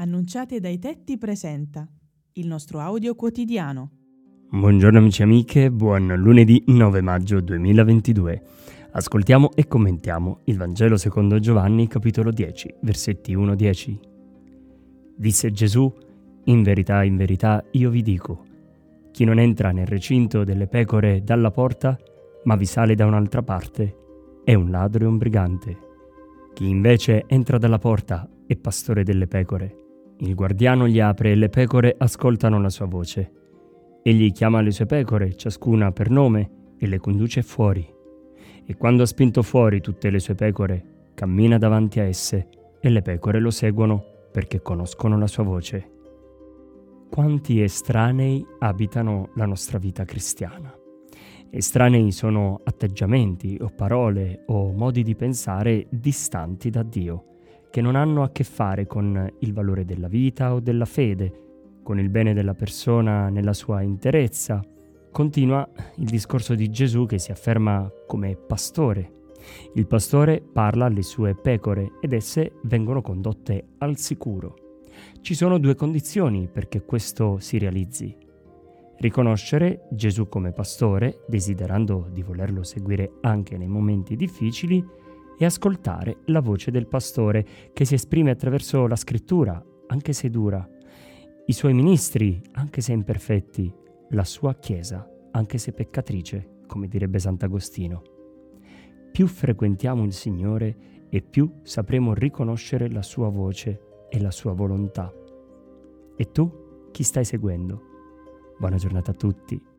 Annunciate dai tetti presenta il nostro audio quotidiano. Buongiorno amici e amiche, buon lunedì 9 maggio 2022. Ascoltiamo e commentiamo il Vangelo secondo Giovanni, capitolo 10, versetti 1-10. Disse Gesù: in verità, io vi dico, chi non entra nel recinto delle pecore dalla porta, ma vi sale da un'altra parte, è un ladro e un brigante. Chi invece entra dalla porta è pastore delle pecore. Il guardiano gli apre e le pecore ascoltano la sua voce. Egli chiama le sue pecore, ciascuna per nome, e le conduce fuori. E quando ha spinto fuori tutte le sue pecore, cammina davanti a esse, e le pecore lo seguono perché conoscono la sua voce. Quanti estranei abitano la nostra vita cristiana? Estranei sono atteggiamenti o parole o modi di pensare distanti da Dio, che non hanno a che fare con il valore della vita o della fede, con il bene della persona nella sua interezza. Continua il discorso di Gesù che si afferma come pastore. Il pastore parla alle sue pecore ed esse vengono condotte al sicuro. Ci sono due condizioni perché questo si realizzi. Riconoscere Gesù come pastore, desiderando di volerlo seguire anche nei momenti difficili, e ascoltare la voce del pastore che si esprime attraverso la scrittura, anche se dura, i suoi ministri, anche se imperfetti, la sua Chiesa, anche se peccatrice, come direbbe Sant'Agostino. Più frequentiamo il Signore e più sapremo riconoscere la sua voce e la sua volontà. E tu chi stai seguendo? Buona giornata a tutti.